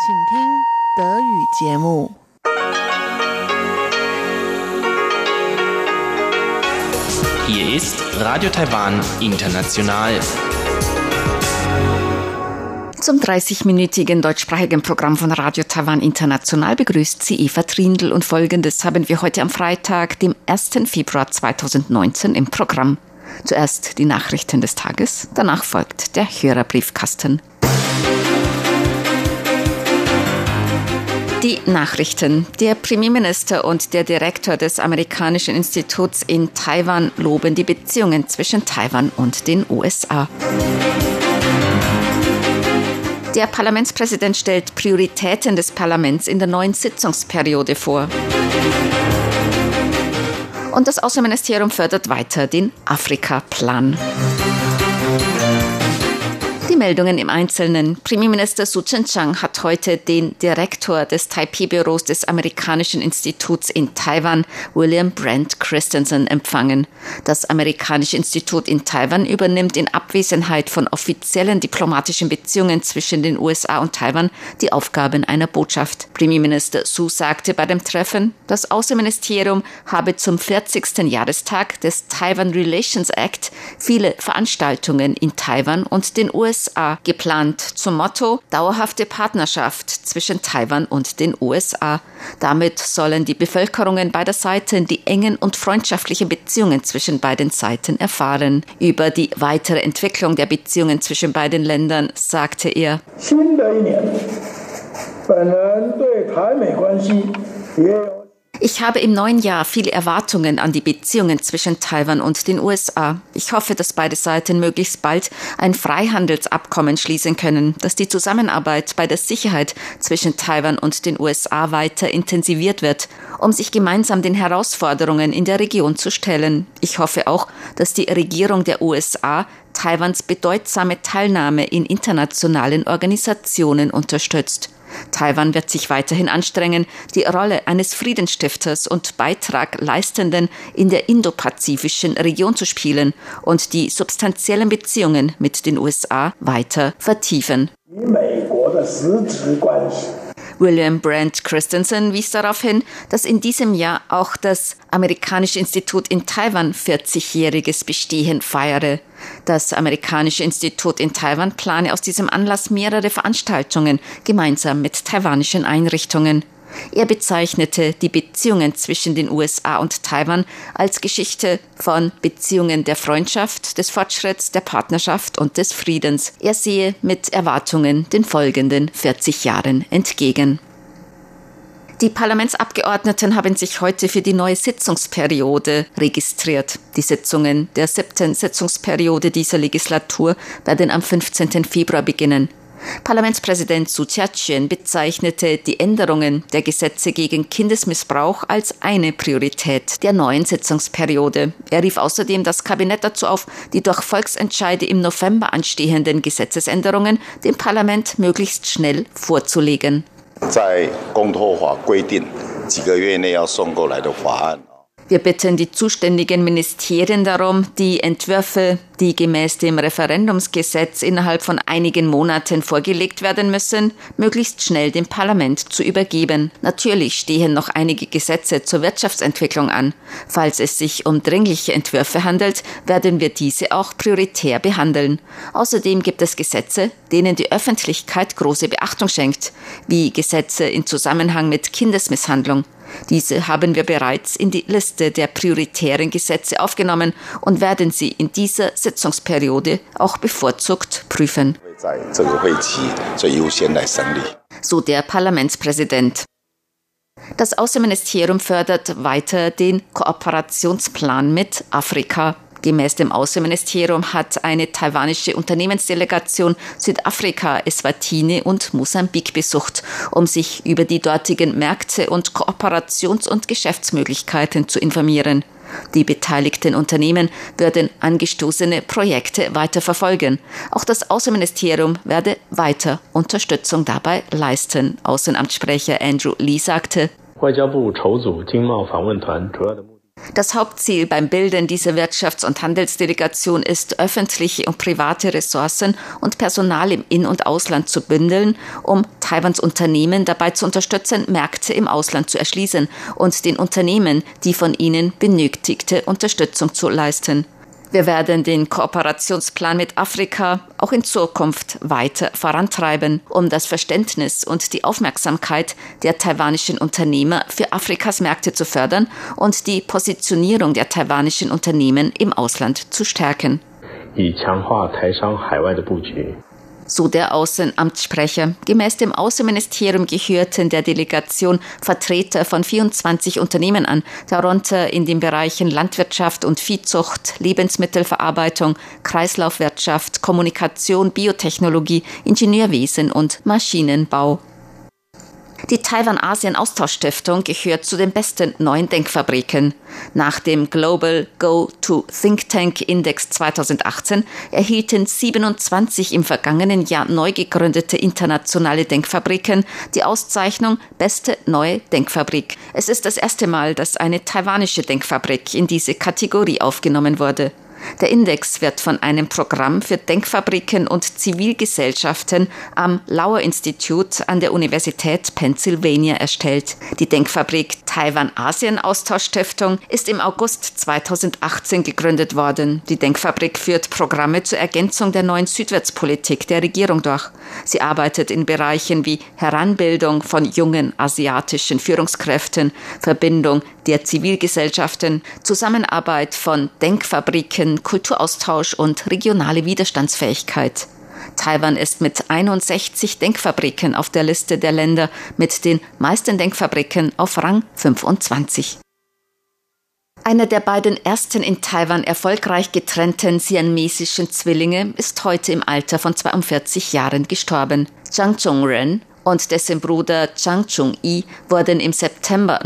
Hier ist Radio Taiwan International. Zum 30-minütigen deutschsprachigen Programm von Radio Taiwan International begrüßt sie Eva Trindl und Folgendes haben wir heute am Freitag, dem 1. Februar 2019 im Programm. Zuerst die Nachrichten des Tages, danach folgt der Hörerbriefkasten. Die Nachrichten. Der Premierminister und der Direktor des Amerikanischen Instituts in Taiwan loben die Beziehungen zwischen Taiwan und den USA. Der Parlamentspräsident stellt Prioritäten des Parlaments in der neuen Sitzungsperiode vor. Und das Außenministerium fördert weiter den Afrika-Plan. Die Meldungen im Einzelnen. Premierminister Su Tseng-Chang hat heute den Direktor des Taipei-Büros des Amerikanischen Instituts in Taiwan, William Brent Christensen, empfangen. Das Amerikanische Institut in Taiwan übernimmt in Abwesenheit von offiziellen diplomatischen Beziehungen zwischen den USA und Taiwan die Aufgaben einer Botschaft. Premierminister Su sagte bei dem Treffen, das Außenministerium habe zum 40. Jahrestag des Taiwan Relations Act viele Veranstaltungen in Taiwan und den USA geplant, zum Motto dauerhafte Partnerschaft zwischen Taiwan und den USA. Damit sollen die Bevölkerungen beider Seiten die engen und freundschaftlichen Beziehungen zwischen beiden Seiten erfahren. Über die weitere Entwicklung der Beziehungen zwischen beiden Ländern sagte er: Ich habe im neuen Jahr viele Erwartungen an die Beziehungen zwischen Taiwan und den USA. Ich hoffe, dass beide Seiten möglichst bald ein Freihandelsabkommen schließen können, dass die Zusammenarbeit bei der Sicherheit zwischen Taiwan und den USA weiter intensiviert wird, um sich gemeinsam den Herausforderungen in der Region zu stellen. Ich hoffe auch, dass die Regierung der USA Taiwans bedeutsame Teilnahme in internationalen Organisationen unterstützt. Taiwan wird sich weiterhin anstrengen, die Rolle eines Friedensstifters und Beitrag Leistenden in der indopazifischen Region zu spielen und die substanziellen Beziehungen mit den USA weiter vertiefen. William Brent Christensen wies darauf hin, dass in diesem Jahr auch das Amerikanische Institut in Taiwan 40-jähriges Bestehen feiere. Das Amerikanische Institut in Taiwan plane aus diesem Anlass mehrere Veranstaltungen gemeinsam mit taiwanischen Einrichtungen. Er bezeichnete die Beziehungen zwischen den USA und Taiwan als Geschichte von Beziehungen der Freundschaft, des Fortschritts, der Partnerschaft und des Friedens. Er sehe mit Erwartungen den folgenden 40 Jahren entgegen. Die Parlamentsabgeordneten haben sich heute für die neue Sitzungsperiode registriert. Die Sitzungen der 7. Sitzungsperiode dieser Legislatur werden am 15. Februar beginnen. Parlamentspräsident Su Chia-chuen bezeichnete die Änderungen der Gesetze gegen Kindesmissbrauch als eine Priorität der neuen Sitzungsperiode. Er rief außerdem das Kabinett dazu auf, die durch Volksentscheide im November anstehenden Gesetzesänderungen dem Parlament möglichst schnell vorzulegen. Wir bitten die zuständigen Ministerien darum, die Entwürfe, die gemäß dem Referendumsgesetz innerhalb von einigen Monaten vorgelegt werden müssen, möglichst schnell dem Parlament zu übergeben. Natürlich stehen noch einige Gesetze zur Wirtschaftsentwicklung an. Falls es sich um dringliche Entwürfe handelt, werden wir diese auch prioritär behandeln. Außerdem gibt es Gesetze, denen die Öffentlichkeit große Beachtung schenkt, wie Gesetze in Zusammenhang mit Kindesmisshandlung. Diese haben wir bereits in die Liste der prioritären Gesetze aufgenommen und werden sie in dieser Sitzungsperiode auch bevorzugt prüfen. So der Parlamentspräsident. Das Außenministerium fördert weiter den Kooperationsplan mit Afrika. Gemäß dem Außenministerium hat eine taiwanische Unternehmensdelegation Südafrika, Eswatini und Mosambik besucht, um sich über die dortigen Märkte und Kooperations- und Geschäftsmöglichkeiten zu informieren. Die beteiligten Unternehmen würden angestoßene Projekte weiter verfolgen. Auch das Außenministerium werde weiter Unterstützung dabei leisten. Außenamtssprecher Andrew Lee sagte: Das Hauptziel beim Bilden dieser Wirtschafts- und Handelsdelegation ist, öffentliche und private Ressourcen und Personal im In- und Ausland zu bündeln, um Taiwans Unternehmen dabei zu unterstützen, Märkte im Ausland zu erschließen und den Unternehmen die von ihnen benötigte Unterstützung zu leisten. Wir werden den Kooperationsplan mit Afrika auch in Zukunft weiter vorantreiben, um das Verständnis und die Aufmerksamkeit der taiwanischen Unternehmer für Afrikas Märkte zu fördern und die Positionierung der taiwanischen Unternehmen im Ausland zu stärken. So der Außenamtssprecher. Gemäß dem Außenministerium gehörten der Delegation Vertreter von 24 Unternehmen an, darunter in den Bereichen Landwirtschaft und Viehzucht, Lebensmittelverarbeitung, Kreislaufwirtschaft, Kommunikation, Biotechnologie, Ingenieurwesen und Maschinenbau. Die Taiwan-Asien-Austauschstiftung gehört zu den besten neuen Denkfabriken. Nach dem Global Go-to Think Tank Index 2018 erhielten 27 im vergangenen Jahr neu gegründete internationale Denkfabriken die Auszeichnung Beste neue Denkfabrik. Es ist das erste Mal, dass eine taiwanische Denkfabrik in diese Kategorie aufgenommen wurde. Der Index wird von einem Programm für Denkfabriken und Zivilgesellschaften am Lauer Institute an der Universität Pennsylvania erstellt. Die Denkfabrik Taiwan-Asien-Austauschstiftung ist im August 2018 gegründet worden. Die Denkfabrik führt Programme zur Ergänzung der neuen Südwärtspolitik der Regierung durch. Sie arbeitet in Bereichen wie Heranbildung von jungen asiatischen Führungskräften, Verbindung der Zivilgesellschaften, Zusammenarbeit von Denkfabriken, Kulturaustausch und regionale Widerstandsfähigkeit. Taiwan ist mit 61 Denkfabriken auf der Liste der Länder mit den meisten Denkfabriken auf Rang 25. Einer der beiden ersten in Taiwan erfolgreich getrennten siamesischen Zwillinge ist heute im Alter von 42 Jahren gestorben. Zhang Zhongren und dessen Bruder Zhang Chung-i wurden im September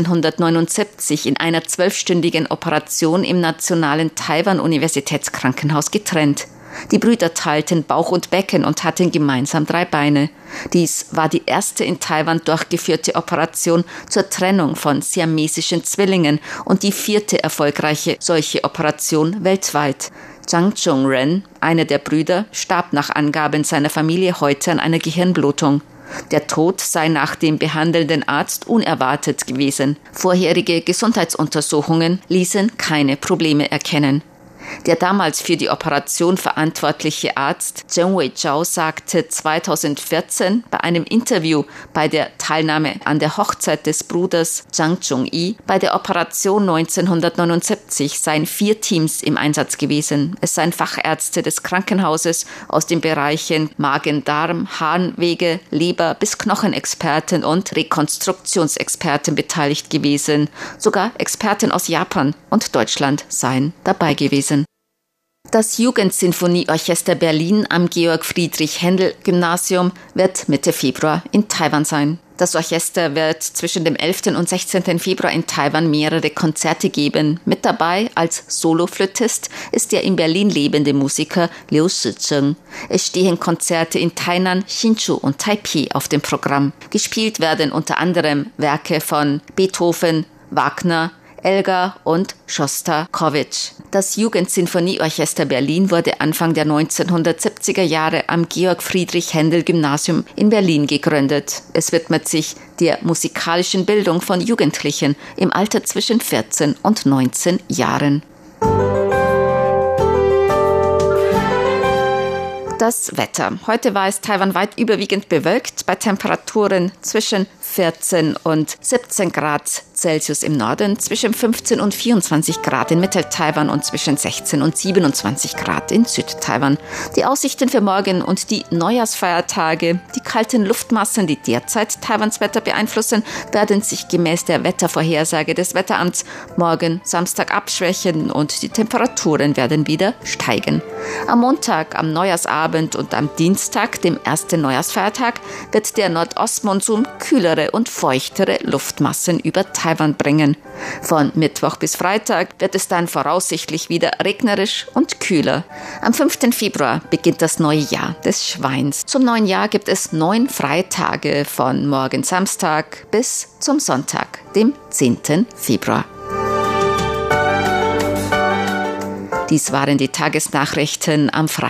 1979 in einer 12-stündigen Operation im Nationalen Taiwan-Universitätskrankenhaus getrennt. Die Brüder teilten Bauch und Becken und hatten gemeinsam 3 Beine. Dies war die erste in Taiwan durchgeführte Operation zur Trennung von siamesischen Zwillingen und die 4. erfolgreiche solche Operation weltweit. Zhang Zhongren, einer der Brüder, starb nach Angaben seiner Familie heute an einer Gehirnblutung. Der Tod sei nach dem behandelnden Arzt unerwartet gewesen. Vorherige Gesundheitsuntersuchungen ließen keine Probleme erkennen. Der damals für die Operation verantwortliche Arzt Zheng Wei-Zhao sagte 2014 bei einem Interview bei der Teilnahme an der Hochzeit des Bruders Zhang Chung-i, bei der Operation 1979 seien 4 Teams im Einsatz gewesen. Es seien Fachärzte des Krankenhauses aus den Bereichen Magen-Darm, Harnwege, Leber bis Knochenexperten und Rekonstruktionsexperten beteiligt gewesen. Sogar Experten aus Japan und Deutschland seien dabei gewesen. Das Jugendsinfonieorchester Berlin am Georg-Friedrich-Händel-Gymnasium wird Mitte Februar in Taiwan sein. Das Orchester wird zwischen dem 11. und 16. Februar in Taiwan mehrere Konzerte geben. Mit dabei als Soloflötist ist der in Berlin lebende Musiker Liu Shizheng. Es stehen Konzerte in Tainan, Hsinchu und Taipei auf dem Programm. Gespielt werden unter anderem Werke von Beethoven, Wagner, Elgar und Schostakowitsch. Das Jugendsinfonieorchester Berlin wurde Anfang der 1970er Jahre am Georg-Friedrich-Händel-Gymnasium in Berlin gegründet. Es widmet sich der musikalischen Bildung von Jugendlichen im Alter zwischen 14 und 19 Jahren. Das Wetter. Heute war es taiwanweit überwiegend bewölkt, bei Temperaturen zwischen 14 und 17 Grad Celsius im Norden, zwischen 15 und 24 Grad in Mittel-Taiwan und zwischen 16 und 27 Grad in Süd-Taiwan. Die Aussichten für morgen und die Neujahrsfeiertage, die kalten Luftmassen, die derzeit Taiwans Wetter beeinflussen, werden sich gemäß der Wettervorhersage des Wetteramts morgen Samstag abschwächen und die Temperaturen werden wieder steigen. Am Montag, am Neujahrsabend und am Dienstag, dem ersten Neujahrsfeiertag, wird der Nordostmonsun kühlere und feuchtere Luftmassen über Taiwan bringen. Von Mittwoch bis Freitag wird es dann voraussichtlich wieder regnerisch und kühler. Am 5. Februar beginnt das neue Jahr des Schweins. Zum neuen Jahr gibt es 9 Freitage von morgen Samstag bis zum Sonntag, dem 10. Februar. Dies waren die Tagesnachrichten am Freitag.